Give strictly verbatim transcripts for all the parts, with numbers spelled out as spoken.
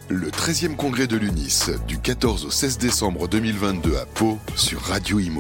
Le treizième congrès de l'UNIS, du quatorze au seize décembre deux mille vingt-deux à Pau, sur Radio Imo.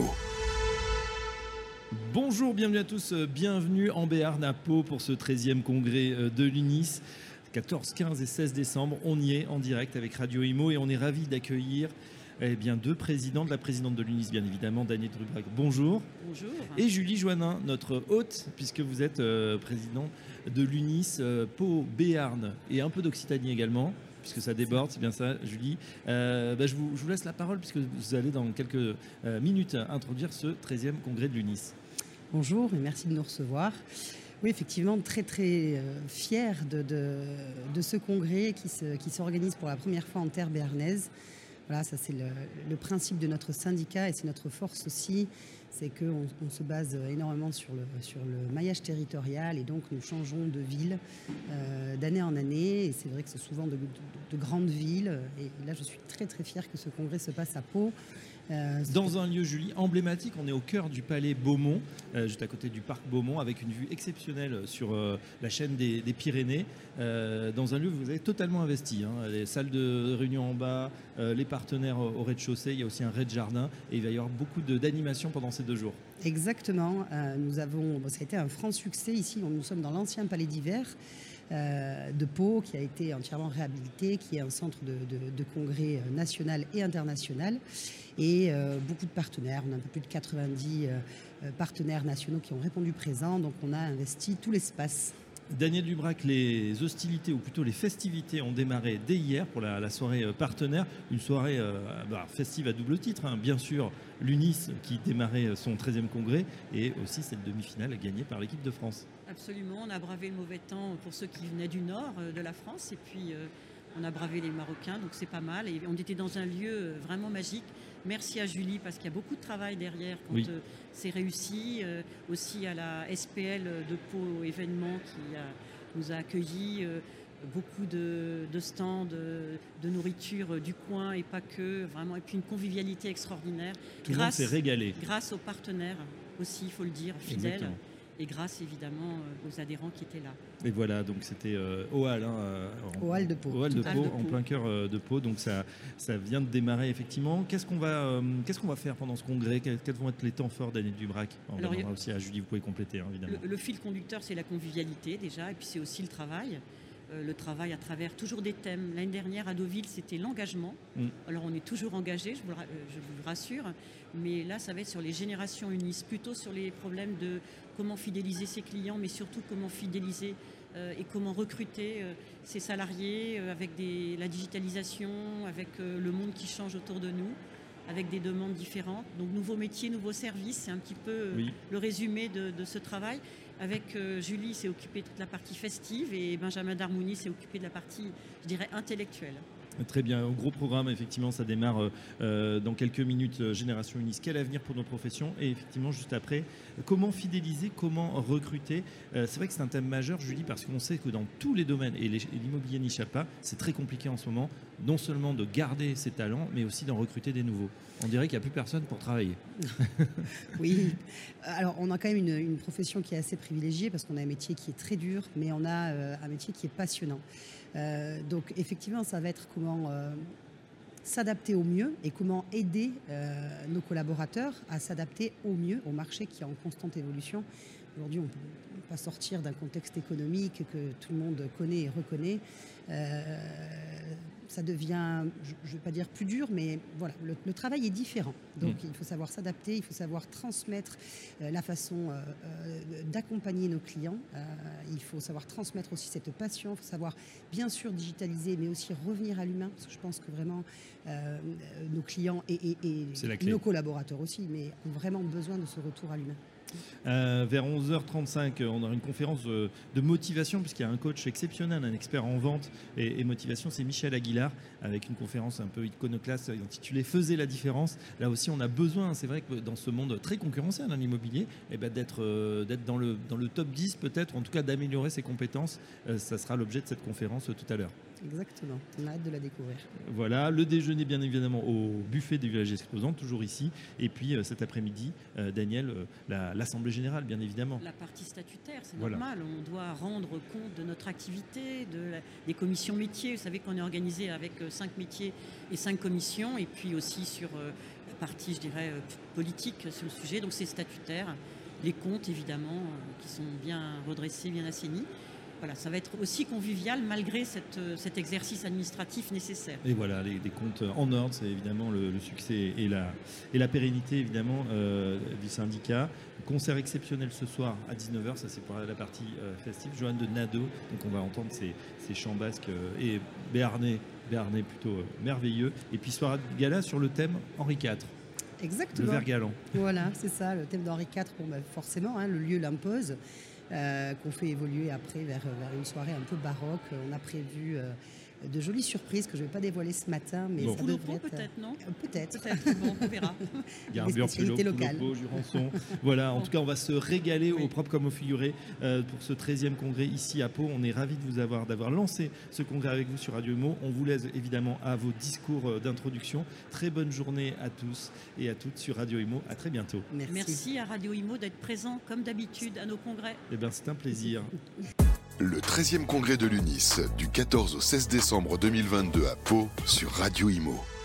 Bonjour, bienvenue à tous, bienvenue en Béarn à Pau pour ce treizième congrès de l'UNIS. quatorze, quinze et seize décembre, on y est en direct avec Radio Imo et on est ravis d'accueillir eh bien, deux présidents, de la présidente de l'UNIS bien évidemment, Daniel Drubrac, bonjour. Bonjour. Et Julie Joannin, notre hôte, puisque vous êtes euh, président de l'UNIS euh, Pau, Béarn et un peu d'Occitanie également, puisque ça déborde, c'est bien ça Julie. Euh, bah, je, vous, je vous laisse la parole puisque vous allez dans quelques euh, minutes introduire ce treizième congrès de l'UNIS. Bonjour et merci de nous recevoir. Oui, effectivement, très très euh, fier de, de, de ce congrès qui, se, qui s'organise pour la première fois en terre béarnaise. Voilà, ça c'est le, le principe de notre syndicat et c'est notre force aussi, c'est qu'on on se base énormément sur le, sur le maillage territorial et donc nous changeons de ville euh, d'année en année et c'est vrai que c'est souvent de, de, de grandes villes et là je suis très très fière que ce congrès se passe à Pau. Euh, dans un lieu, Julie, emblématique, on est au cœur du palais Beaumont, euh, juste à côté du parc Beaumont, avec une vue exceptionnelle sur euh, la chaîne des, des Pyrénées. Euh, dans un lieu où vous avez totalement investi, hein, les salles de réunion en bas, euh, les partenaires au, au rez-de-chaussée, il y a aussi un rez-de-jardin et il va y avoir beaucoup de, d'animation pendant ces deux jours. Exactement, euh, nous avons, bon, ça a été un franc succès ici, nous sommes dans l'ancien palais d'hiver. Euh, de Pau, qui a été entièrement réhabilité, qui est un centre de, de, de congrès national et international. Et euh, beaucoup de partenaires, on a un peu plus de quatre-vingt-dix euh, partenaires nationaux qui ont répondu présents, donc on a investi tout l'espace. Daniel Drubrac, les hostilités, ou plutôt les festivités ont démarré dès hier pour la, la soirée partenaire. Une soirée euh, bah, festive à double titre, hein. Bien sûr, l'UNIS qui démarrait son treizième congrès et aussi cette demi-finale gagnée par l'équipe de France. Absolument, on a bravé le mauvais temps pour ceux qui venaient du nord euh, de la France et puis euh, on a bravé les Marocains, donc c'est pas mal. Et on était dans un lieu vraiment magique. Merci à Julie parce qu'il y a beaucoup de travail derrière quand oui. euh, c'est réussi. Euh, aussi à la S P L de Pau événement qui a, nous a accueillis. Euh, beaucoup de, de stands de, de nourriture euh, du coin et pas que. Vraiment, et puis une convivialité extraordinaire. Tout le monde s'est régalé. Grâce aux partenaires aussi, il faut le dire, fidèles. Exactement. Et grâce évidemment aux adhérents qui étaient là. Et voilà, donc c'était euh, au Hall, hein, en, au Hall de Pau, au Hall de Pau, de en plein cœur euh, de Pau. Donc ça, ça vient de démarrer effectivement. Qu'est-ce qu'on va, euh, qu'est-ce qu'on va faire pendant ce congrès? Quels, quels vont être les temps forts Daniel Drubrac? On Alors, reviendra aussi à Julie, vous pouvez compléter hein, évidemment. Le, le fil conducteur, c'est la convivialité déjà, et puis c'est aussi le travail. Euh, le travail à travers toujours des thèmes. L'année dernière à Deauville, c'était l'engagement. Mm. Alors on est toujours engagé, je vous, le, je vous le rassure, mais là ça va être sur les générations UNIS, plutôt sur les problèmes de comment fidéliser ses clients, mais surtout comment fidéliser euh, et comment recruter euh, ses salariés euh, avec des, la digitalisation, avec euh, le monde qui change autour de nous, avec des demandes différentes. Donc nouveaux métiers, nouveaux services, c'est un petit peu euh, oui. le résumé de, de ce travail. Avec euh, Julie, s'est occupée de toute la partie festive et Benjamin Darmouni s'est occupé de la partie, je dirais, intellectuelle. Très bien, gros programme, effectivement, ça démarre euh, dans quelques minutes, euh, Génération UNIS. Quel avenir pour nos professions? Et effectivement, juste après, comment fidéliser, comment recruter? euh, C'est vrai que c'est un thème majeur, Julie, parce qu'on sait que dans tous les domaines, et, les, et l'immobilier n'y échappe pas, c'est très compliqué en ce moment, non seulement de garder ses talents, mais aussi d'en recruter des nouveaux. On dirait qu'il n'y a plus personne pour travailler. Oui, alors on a quand même une, une profession qui est assez privilégiée, parce qu'on a un métier qui est très dur, mais on a euh, un métier qui est passionnant. Euh, donc effectivement, ça va être comment euh, s'adapter au mieux et comment aider euh, nos collaborateurs à s'adapter au mieux au marché qui est en constante évolution. Aujourd'hui, on ne peut pas sortir d'un contexte économique que tout le monde connaît et reconnaît. Euh, ça devient, je ne vais pas dire plus dur, mais voilà, le, le travail est différent. Donc mmh. il faut savoir s'adapter, il faut savoir transmettre euh, la façon euh, euh, d'accompagner nos clients. Euh, il faut savoir transmettre aussi cette passion, il faut savoir bien sûr digitaliser, mais aussi revenir à l'humain, parce que je pense que vraiment euh, nos clients et, et, et nos collaborateurs aussi, mais ont vraiment besoin de ce retour à l'humain. Euh, vers onze heures trente-cinq, on aura une conférence de, de motivation puisqu'il y a un coach exceptionnel, un expert en vente et, et motivation, c'est Michel Aguilar, avec une conférence un peu iconoclaste intitulée « Faisez la différence ». Là aussi, on a besoin, c'est vrai que dans ce monde très concurrentiel, dans l'immobilier, eh ben, d'être, euh, d'être dans, le, dans le top dix peut-être, ou en tout cas d'améliorer ses compétences. Euh, ça sera l'objet de cette conférence euh, tout à l'heure. Exactement, on a hâte de la découvrir. Voilà, le déjeuner bien évidemment au buffet des villages exposants, toujours ici. Et puis euh, cet après-midi, euh, Daniel, euh, la, l'Assemblée Générale, bien évidemment. La partie statutaire, c'est voilà. normal. On doit rendre compte de notre activité, de la, des commissions métiers. Vous savez qu'on est organisé avec euh, cinq métiers et cinq commissions. Et puis aussi sur euh, la partie, je dirais, euh, politique sur le sujet. Donc c'est statutaire. Les comptes, évidemment, euh, qui sont bien redressés, bien assainis. Voilà, ça va être aussi convivial malgré cette, cet exercice administratif nécessaire. Et voilà, les, les comptes en ordre, c'est évidemment le, le succès et la, et la pérennité évidemment euh, du syndicat. Concert exceptionnel ce soir à dix-neuf heures, ça c'est pour la partie euh, festive. Joanne de Nadeau, donc on va entendre ces, ces chants basques euh, et béarnais, béarnais plutôt euh, merveilleux. Et puis soirée de gala sur le thème Henri quatre. Exactement. Le Vert galant. Voilà, c'est ça, le thème d'Henri quatre, bon, bah, forcément, hein, le lieu l'impose. Euh, qu'on fait évoluer après vers, vers une soirée un peu baroque. On a prévu euh, de jolies surprises que je ne vais pas dévoiler ce matin, mais bon. ça devrait être... peut-être, non euh, Peut-être. Peut-être, bon, on verra. Garbure, Pulopo, Jurançon. Voilà, en tout cas, on va se régaler oui. au propre comme au figuré euh, pour ce treizième congrès ici à Pau. On est ravis de vous avoir, d'avoir lancé ce congrès avec vous sur Radio Imo. On vous laisse évidemment à vos discours d'introduction. Très bonne journée à tous et à toutes sur Radio Imo. À très bientôt. Merci, Merci à Radio Imo d'être présent comme d'habitude à nos congrès. Eh bien, c'est un plaisir. Le treizième congrès de l'U N I S, du quatorze au seize décembre deux mille vingt-deux à Pau, sur Radio Imo.